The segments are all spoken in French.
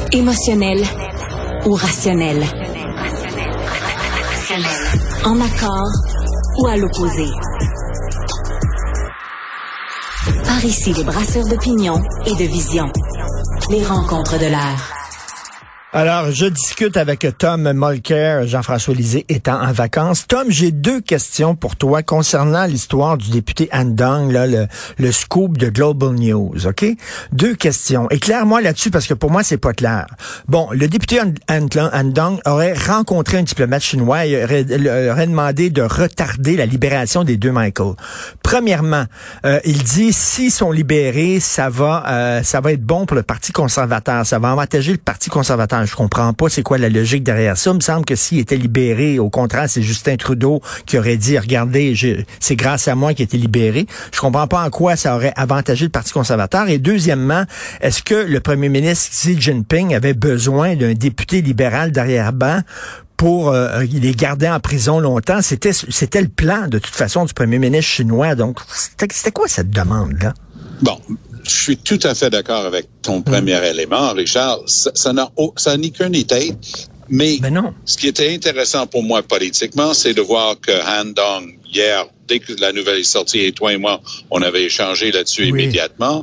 Émotionnel ou rationnel? En accord ou à l'opposé? Par ici, les brasseurs d'opinion et de vision. Les rencontres de l'air. Alors, je discute avec Tom Mulcair, Jean-François Lisée étant en vacances. Tom, j'ai 2 questions pour toi concernant l'histoire du député Han Dong, là, le scoop de Global News, OK? 2 questions. Éclaire-moi là-dessus parce que pour moi, c'est pas clair. Bon, le député Han Dong aurait rencontré un diplomate chinois et aurait demandé de retarder la libération des 2 Michael. Premièrement, il dit, s'ils sont libérés, ça va être bon pour le Parti conservateur. Ça va avantager le Parti conservateur. Je comprends pas c'est quoi la logique derrière ça. Il me semble que s'il était libéré, au contraire, c'est Justin Trudeau qui aurait dit, regardez, c'est grâce à moi qu'il a été libéré. Je comprends pas en quoi ça aurait avantagé le Parti conservateur. Et deuxièmement, est-ce que le premier ministre Xi Jinping avait besoin d'un député libéral d'arrière-ban pour les garder en prison longtemps? C'était le plan, de toute façon, du premier ministre chinois. Donc, c'était quoi cette demande-là? Bon, je suis tout à fait d'accord avec ton premier élément, Richard. Ça n'a qu'un été, mais non. Ce qui était intéressant pour moi politiquement, c'est de voir que Han Dong, hier, dès que la nouvelle est sortie, et toi et moi, on avait échangé là-dessus immédiatement,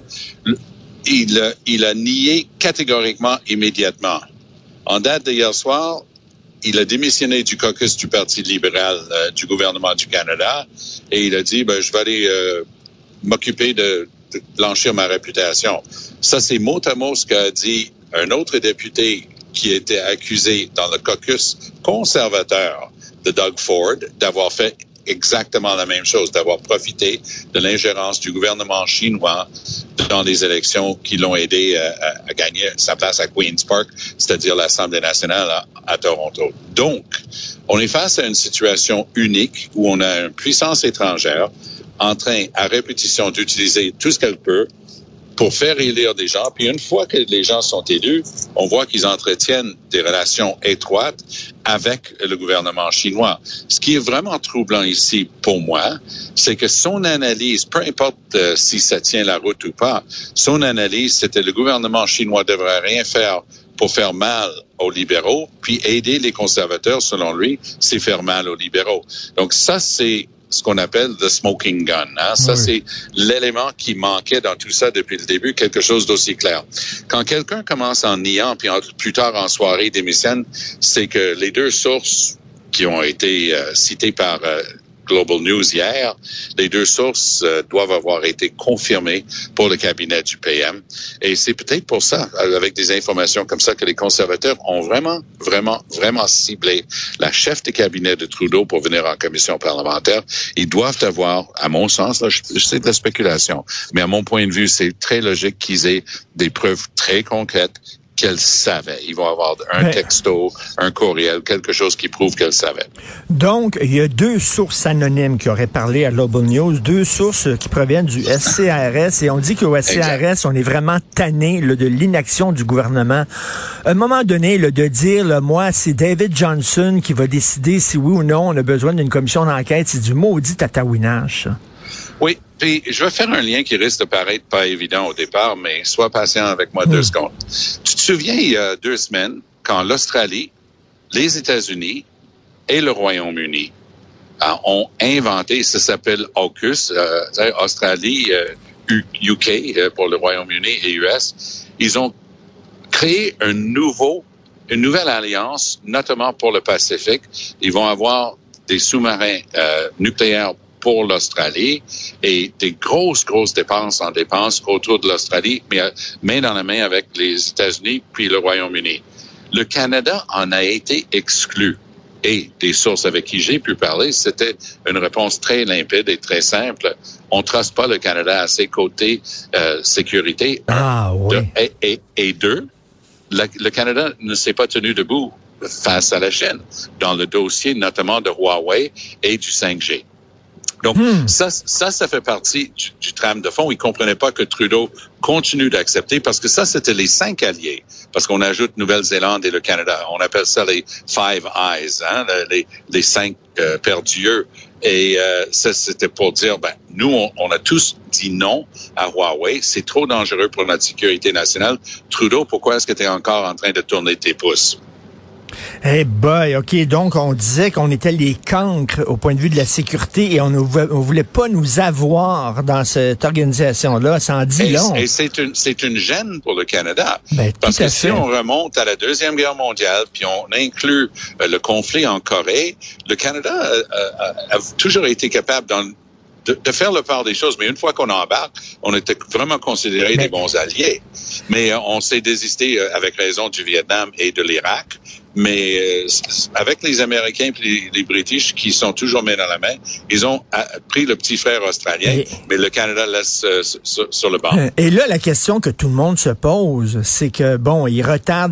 il a nié catégoriquement immédiatement. En date d'hier soir, il a démissionné du caucus du Parti libéral du gouvernement du Canada et il a dit, je vais aller m'occuper de blanchir ma réputation. Ça, c'est mot à mot ce qu'a dit un autre député qui était accusé dans le caucus conservateur de Doug Ford d'avoir fait exactement la même chose, d'avoir profité de l'ingérence du gouvernement chinois dans les élections qui l'ont aidé à gagner sa place à Queen's Park, c'est-à-dire l'Assemblée nationale à Toronto. Donc, on est face à une situation unique où on a une puissance étrangère en train, à répétition, d'utiliser tout ce qu'elle peut pour faire élire des gens. Puis une fois que les gens sont élus, on voit qu'ils entretiennent des relations étroites avec le gouvernement chinois. Ce qui est vraiment troublant ici, pour moi, c'est que son analyse, peu importe si ça tient la route ou pas, son analyse, c'était le gouvernement chinois devrait rien faire pour faire mal aux libéraux, puis aider les conservateurs, selon lui, c'est faire mal aux libéraux. Donc ça, c'est ce qu'on appelle the smoking gun. Hein? Ça, c'est l'élément qui manquait dans tout ça depuis le début, quelque chose d'aussi clair. Quand quelqu'un commence en niant, puis plus tard en soirée démissionne, c'est que les 2 sources qui ont été citées par Global News hier, les 2 sources doivent avoir été confirmées pour le cabinet du PM. Et c'est peut-être pour ça, avec des informations comme ça, que les conservateurs ont vraiment ciblé la chef de cabinet de Trudeau pour venir en commission parlementaire. Ils doivent avoir, à mon sens, là, je sais de la spéculation, mais à mon point de vue, c'est très logique qu'ils aient des preuves très concrètes qu'elle savait. Ils vont avoir un texto, un courriel, quelque chose qui prouve qu'elle savait. Donc, il y a 2 sources anonymes qui auraient parlé à Global News, 2 sources qui proviennent du SCRS, et on dit qu'au SCRS, on est vraiment tanné de l'inaction du gouvernement. À un moment donné, de dire, moi, c'est David Johnston qui va décider si oui ou non on a besoin d'une commission d'enquête, c'est du maudit tatouinage, ça. Oui, puis je vais faire un lien qui risque de paraître pas évident au départ, mais sois patient avec moi 2 secondes. Tu te souviens, il y a 2 semaines, quand l'Australie, les États-Unis et le Royaume-Uni ont inventé, ça s'appelle AUKUS, Australie, UK pour le Royaume-Uni et US, ils ont créé une nouvelle alliance, notamment pour le Pacifique. Ils vont avoir des sous-marins nucléaires pour l'Australie et des grosses dépenses autour de l'Australie, mais main dans la main avec les États-Unis puis le Royaume-Uni. Le Canada en a été exclu. Et des sources avec qui j'ai pu parler, c'était une réponse très limpide et très simple. On ne trace pas le Canada à ses côtés sécurité. Et 2, le Canada ne s'est pas tenu debout face à la Chine dans le dossier notamment de Huawei et du 5G. Donc, ça fait partie du trame de fond. Ils comprenaient pas que Trudeau continue d'accepter parce que ça, c'était les 5 alliés. Parce qu'on ajoute Nouvelle-Zélande et le Canada. On appelle ça les Five Eyes, hein, les 5 paires d'yeux Et ça, c'était pour dire, nous, on a tous dit non à Huawei. C'est trop dangereux pour notre sécurité nationale. Trudeau, pourquoi est-ce que tu es encore en train de tourner tes pouces? Eh boy, OK, donc on disait qu'on était les cancres au point de vue de la sécurité et on voulait pas nous avoir dans cette organisation-là. Ça en dit long. Et c'est une gêne pour le Canada. Parce que si on remonte à la Deuxième Guerre mondiale, puis on inclut le conflit en Corée, le Canada a toujours été capable de faire le part des choses. Mais une fois qu'on embarque, on était vraiment considérés des bons alliés. Mais on s'est désisté avec raison du Vietnam et de l'Irak. Mais avec les Américains et les British qui sont toujours main dans la main, ils ont pris le petit frère australien, mais le Canada laisse sur le banc. Et là, la question que tout le monde se pose, c'est que, ils retardent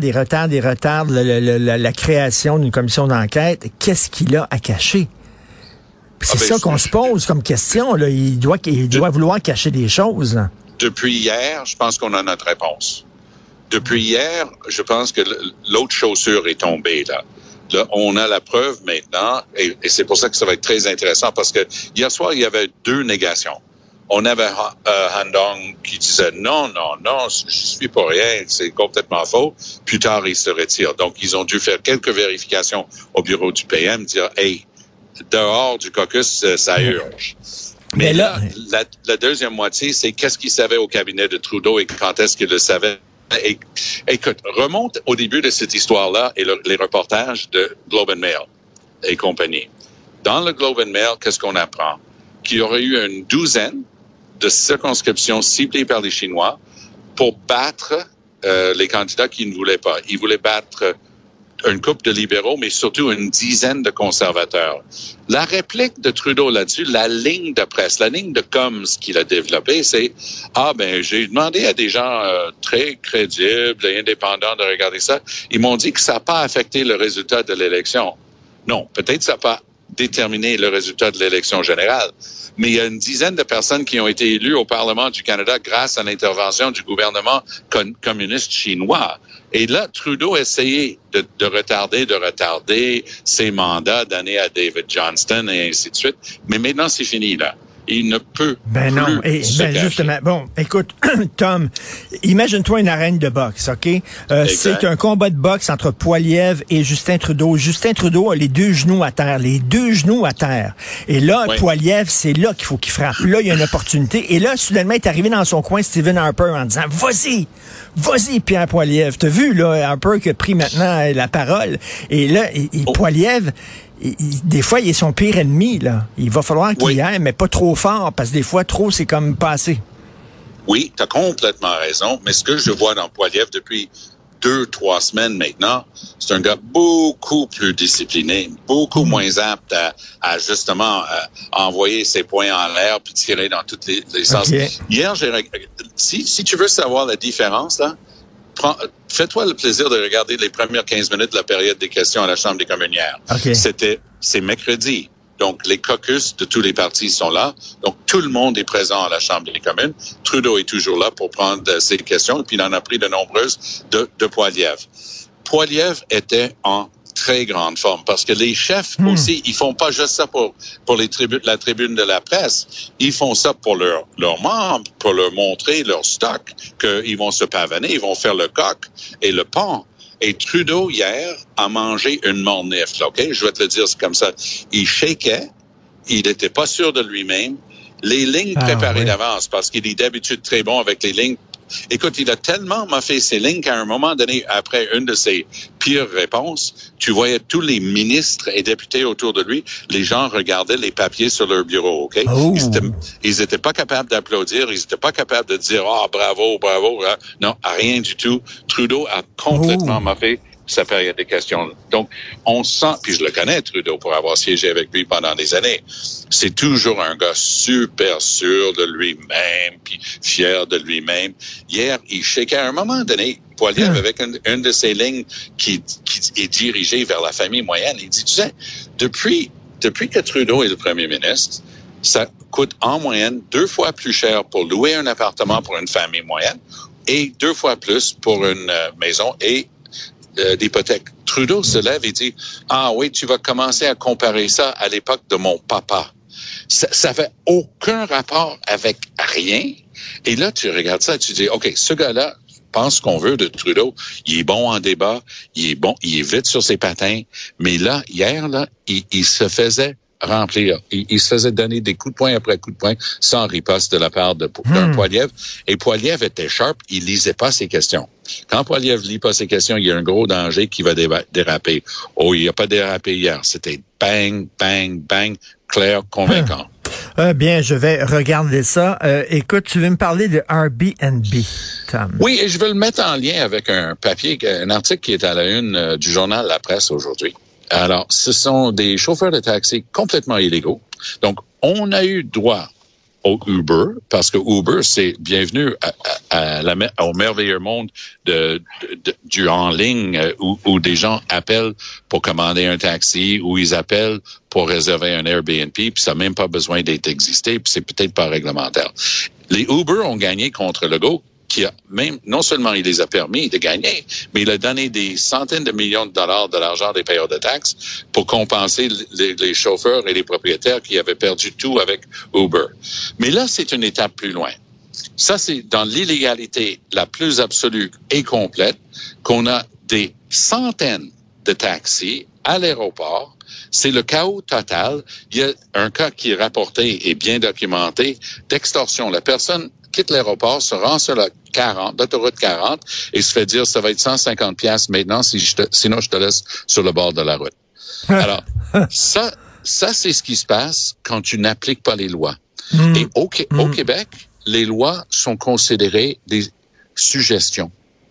la création d'une commission d'enquête. Qu'est-ce qu'il a à cacher? C'est ça qu'on se pose comme question. Là. Il doit vouloir cacher des choses. Depuis hier, je pense qu'on a notre réponse. Depuis hier, je pense que l'autre chaussure est tombée, là. Là, on a la preuve maintenant, et c'est pour ça que ça va être très intéressant, parce que hier soir, il y avait 2 négations. On avait Han Dong qui disait non, je suis pas rien, c'est complètement faux. Plus tard, il se retire. Donc, ils ont dû faire quelques vérifications au bureau du PM, dire, hey, dehors du caucus, ça urge. Mais là, la deuxième moitié, c'est qu'est-ce qu'il savait au cabinet de Trudeau et quand est-ce qu'il le savait? Et, écoute, remonte au début de cette histoire-là et les reportages de Globe and Mail et compagnie. Dans le Globe and Mail, qu'est-ce qu'on apprend? Qu'il y aurait eu une 12aine de circonscriptions ciblées par les Chinois pour battre les candidats qui ne voulaient pas. Ils voulaient battre une couple de libéraux, mais surtout une dizaine de conservateurs. La réplique de Trudeau là-dessus, la ligne de presse, la ligne de coms qu'il a développée, c'est j'ai demandé à des gens très crédibles et indépendants de regarder ça. Ils m'ont dit que ça n'a pas affecté le résultat de l'élection. Non, peut-être ça n'a pas déterminé le résultat de l'élection générale, mais il y a une dizaine de personnes qui ont été élues au Parlement du Canada grâce à l'intervention du gouvernement communiste chinois. Et là, Trudeau a essayé de retarder ses mandats, donner à David Johnston et ainsi de suite. Mais maintenant, c'est fini, là. Il ne peut plus se cacher. Justement. Bon, écoute, Tom, imagine-toi une arène de boxe, OK? C'est un combat de boxe entre Poilievre et Justin Trudeau. Justin Trudeau a les 2 genoux à terre. Et là, Poilievre, c'est là qu'il faut qu'il frappe. Là, il y a une opportunité. Et là, soudainement, est arrivé dans son coin Stephen Harper en disant, vas-y, Pierre Poilievre. T'as vu, là, Harper qui a pris maintenant la parole. Et là, Poilievre, des fois, il est son pire ennemi, là. Il va falloir qu'il y aille, mais pas trop fort, parce que des fois, trop, c'est comme passé. Oui, tu as complètement raison, mais ce que je vois dans Poilievre depuis 2-3 semaines maintenant, c'est un gars beaucoup plus discipliné, beaucoup moins apte à justement envoyer ses poings en l'air puis tirer dans tous les sens. Hier, si tu veux savoir la différence, là, fais-toi le plaisir de regarder les premières 15 minutes de la période des questions à la Chambre des communes hier. C'est mercredi. Donc, les caucus de tous les partis sont là. Donc, tout le monde est présent à la Chambre des communes. Trudeau est toujours là pour prendre ces questions. Et puis, il en a pris de nombreuses de Poilievre. Poilievre était en très grande forme parce que les chefs aussi, ils font pas juste ça pour la tribune de la presse. Ils font ça pour leurs membres, pour leur montrer leur stock, qu'ils vont se pavaner, ils vont faire le coq et le pont. Et Trudeau, hier, a mangé une mornifle, OK? Je vais te le dire, c'est comme ça. Il shakeait, il n'était pas sûr de lui-même. Les lignes préparées d'avance, parce qu'il est d'habitude très bon avec les lignes. Écoute, il a tellement moffé ses lignes qu'à un moment donné, après une de ses pires réponses, tu voyais tous les ministres et députés autour de lui, les gens regardaient les papiers sur leur bureau, OK? Ils étaient pas capables d'applaudir, ils étaient pas capables de dire « bravo, bravo hein? ». Non, rien du tout. Trudeau a complètement moffé sa période des questions. Donc, on sent, puis je le connais, Trudeau, pour avoir siégé avec lui pendant des années, c'est toujours un gars super sûr de lui-même, puis fier de lui-même. Hier, il shakeait à un moment donné, Poilievre, avec une de ses lignes qui est dirigée vers la famille moyenne. Il dit, tu sais, depuis que Trudeau est le premier ministre, ça coûte en moyenne 2 fois plus cher pour louer un appartement pour une famille moyenne et 2 fois plus pour une maison et d'hypothèque. Trudeau se lève et dit, ah oui, tu vas commencer à comparer ça à l'époque de mon papa. Ça fait aucun rapport avec rien. Et là, tu regardes ça et tu dis, OK, ce gars-là pense ce qu'on veut de Trudeau. Il est bon en débat. Il est vite sur ses patins. Mais là, hier, là, il se faisait remplir. Il se faisait donner des coups de poing après coups de poing sans riposte de la part d'un Poilievre. Et Poilievre était sharp, il lisait pas ses questions. Quand Poilievre lit pas ses questions, il y a un gros danger qui va déraper. Oh, il a pas dérapé hier. C'était bang, bang, bang, clair, convaincant. Bien, je vais regarder ça. Écoute, tu veux me parler de Airbnb, Tom? Oui, et je veux le mettre en lien avec un article qui est à la une du journal La Presse aujourd'hui. Alors, ce sont des chauffeurs de taxi complètement illégaux. Donc, on a eu droit au Uber, parce que Uber, c'est bienvenue au merveilleux monde du en ligne où des gens appellent pour commander un taxi, où ils appellent pour réserver un Airbnb, puis ça n'a même pas besoin d'être existé, puis c'est peut-être pas réglementaire. Les Uber ont gagné contre Legault, qui a même, non seulement il les a permis de gagner, mais il a donné des centaines de millions de dollars de l'argent des payeurs de taxes pour compenser les chauffeurs et les propriétaires qui avaient perdu tout avec Uber. Mais là, c'est une étape plus loin. Ça, c'est dans l'illégalité la plus absolue et complète qu'on a des centaines de taxis à l'aéroport. C'est le chaos total. Il y a un cas qui est rapporté et bien documenté d'extorsion. La personne quitte l'aéroport, se rend sur l'autoroute 40 et se fait dire ça va être 150 piastres maintenant sinon je te laisse sur le bord de la route. Alors, ça c'est ce qui se passe quand tu n'appliques pas les lois. Et au Québec, les lois sont considérées des suggestions.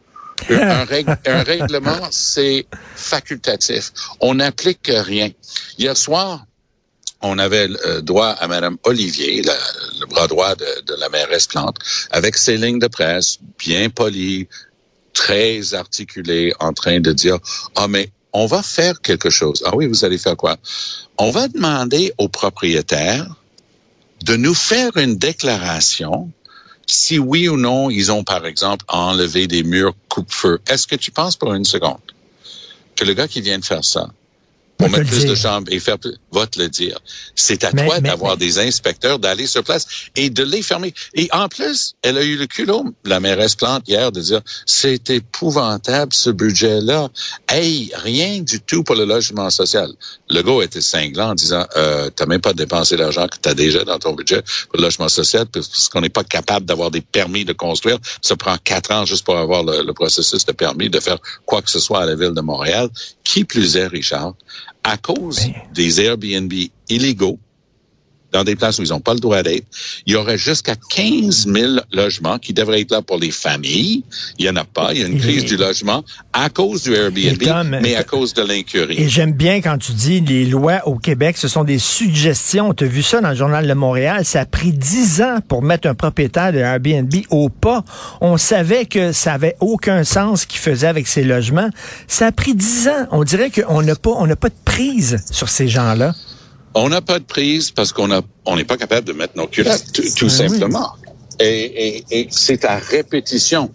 Un règlement, c'est facultatif. On n'applique rien. Hier soir, on avait droit à Mme Olivier, le bras droit de la mairesse Plante, avec ses lignes de presse bien polies, très articulées, en train de dire « Ah, mais on va faire quelque chose. » Ah oui, vous allez faire quoi? On va demander aux propriétaires de nous faire une déclaration si oui ou non ils ont, par exemple, enlevé des murs coupe-feu. Est-ce que tu penses pour une seconde que le gars qui vient de faire ça, pour mettre plus de chambres et faire plus, va te le dire. C'est à toi d'avoir des inspecteurs, d'aller sur place et de les fermer. Et en plus, elle a eu le culot, la mairesse Plante, hier, de dire, c'est épouvantable, ce budget-là. Hey, rien du tout pour le logement social. Legault était cinglant en disant, t'as même pas dépensé l'argent que t'as déjà dans ton budget pour le logement social, parce qu'on n'est pas capable d'avoir des permis de construire. Ça prend 4 ans juste pour avoir le processus de permis de faire quoi que ce soit à la Ville de Montréal. Qui plus est, Richard? À cause des Airbnb illégaux, dans des places où ils n'ont pas le droit d'être, il y aurait jusqu'à 15 000 logements qui devraient être là pour les familles. Il n'y en a pas. Il y a une crise du logement à cause du Airbnb, mais à cause de l'incurie. Et j'aime bien quand tu dis les lois au Québec, ce sont des suggestions. Tu as vu ça dans le Journal de Montréal. Ça a pris 10 ans pour mettre un propriétaire de Airbnb au pas. On savait que ça avait aucun sens ce qu'il faisait avec ses logements. Ça a pris 10 ans. On dirait qu'on n'a pas de prise sur ces gens-là. On n'a pas de prise parce qu'on n'est pas capable de mettre nos culottes, tout simplement. Et c'est à répétition.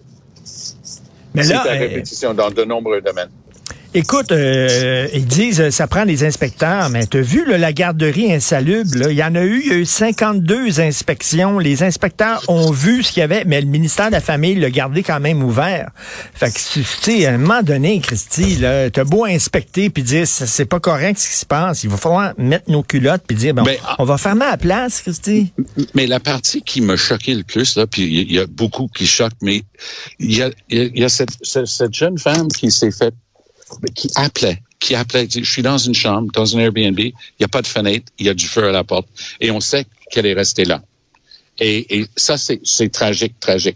Mais là, c'est à répétition dans de nombreux domaines. Écoute, ils disent ça prend des inspecteurs, mais t'as vu là, la garderie insalubre, là, il y a eu 52 inspections. Les inspecteurs ont vu ce qu'il y avait, mais le ministère de la Famille l'a gardé quand même ouvert. Fait que, tu sais, à un moment donné, Christy, là, t'as beau inspecter puis dire c'est pas correct ce qui se passe, il va falloir mettre nos culottes puis dire on va fermer à la place, Christy. Mais la partie qui m'a choqué le plus, là, puis il y a beaucoup qui choquent, mais il y a cette jeune femme qui s'est faite qui appelait, je suis dans une chambre, dans un Airbnb, il n'y a pas de fenêtre, il y a du feu à la porte, et on sait qu'elle est restée là. Et ça, c'est tragique.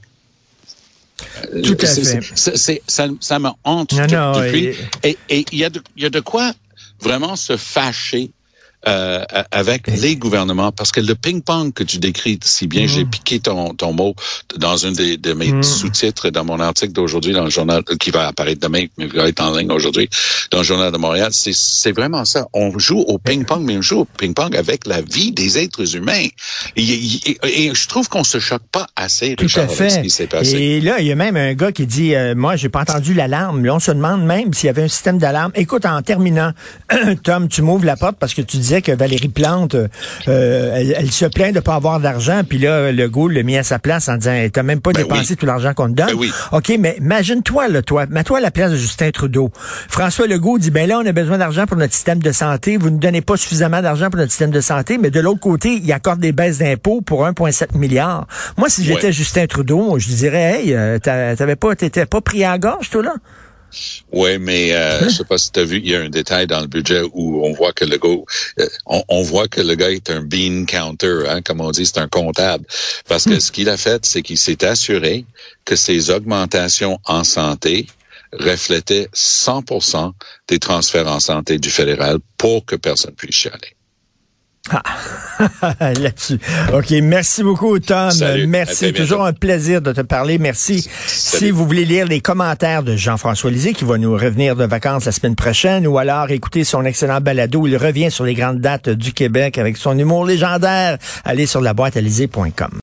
Tout à fait. Ça me hante depuis. Et il y a de quoi vraiment se fâcher avec les gouvernements, parce que le ping-pong que tu décris si bien, j'ai piqué ton mot dans une de mes sous-titres dans mon article d'aujourd'hui dans le journal, qui va apparaître demain, mais va être en ligne aujourd'hui, dans le Journal de Montréal. C'est vraiment ça. On joue au ping-pong, mais on joue au ping-pong avec la vie des êtres humains. Et je trouve qu'on se choque pas assez, Richard, avec ce qui s'est passé. Et là, il y a même un gars qui dit, moi, j'ai pas entendu l'alarme. Là, on se demande même s'il y avait un système d'alarme. Écoute, en terminant, Tom, tu m'ouvres la porte parce que tu disais disait que Valérie Plante, elle se plaint de pas avoir d'argent, puis là, Legault l'a mis à sa place en disant, t'as même pas dépensé tout l'argent qu'on te donne. Oui. OK, mais imagine-toi, là, mets-toi à la place de Justin Trudeau. François Legault dit, ben là, on a besoin d'argent pour notre système de santé, vous ne donnez pas suffisamment d'argent pour notre système de santé, mais de l'autre côté, il accorde des baisses d'impôts pour 1,7 milliard. Moi, si j'étais Justin Trudeau, je dirais, hey, t'étais pas pris à la gorge, toi, là? Oui, mais je sais pas si tu as vu, il y a un détail dans le budget où on voit que on voit que le gars est un bean counter, hein, comme on dit, c'est un comptable. Parce que ce qu'il a fait, c'est qu'il s'est assuré que ces augmentations en santé reflétaient 100% des transferts en santé du fédéral pour que personne puisse chialer. Là-dessus. OK, merci beaucoup, Tom. Salut. Merci. Toujours un plaisir de te parler. Merci. Salut. Si vous voulez lire les commentaires de Jean-François Lisée, qui va nous revenir de vacances la semaine prochaine, ou alors écouter son excellent balado où il revient sur les grandes dates du Québec avec son humour légendaire, allez sur laboîtealizée.com.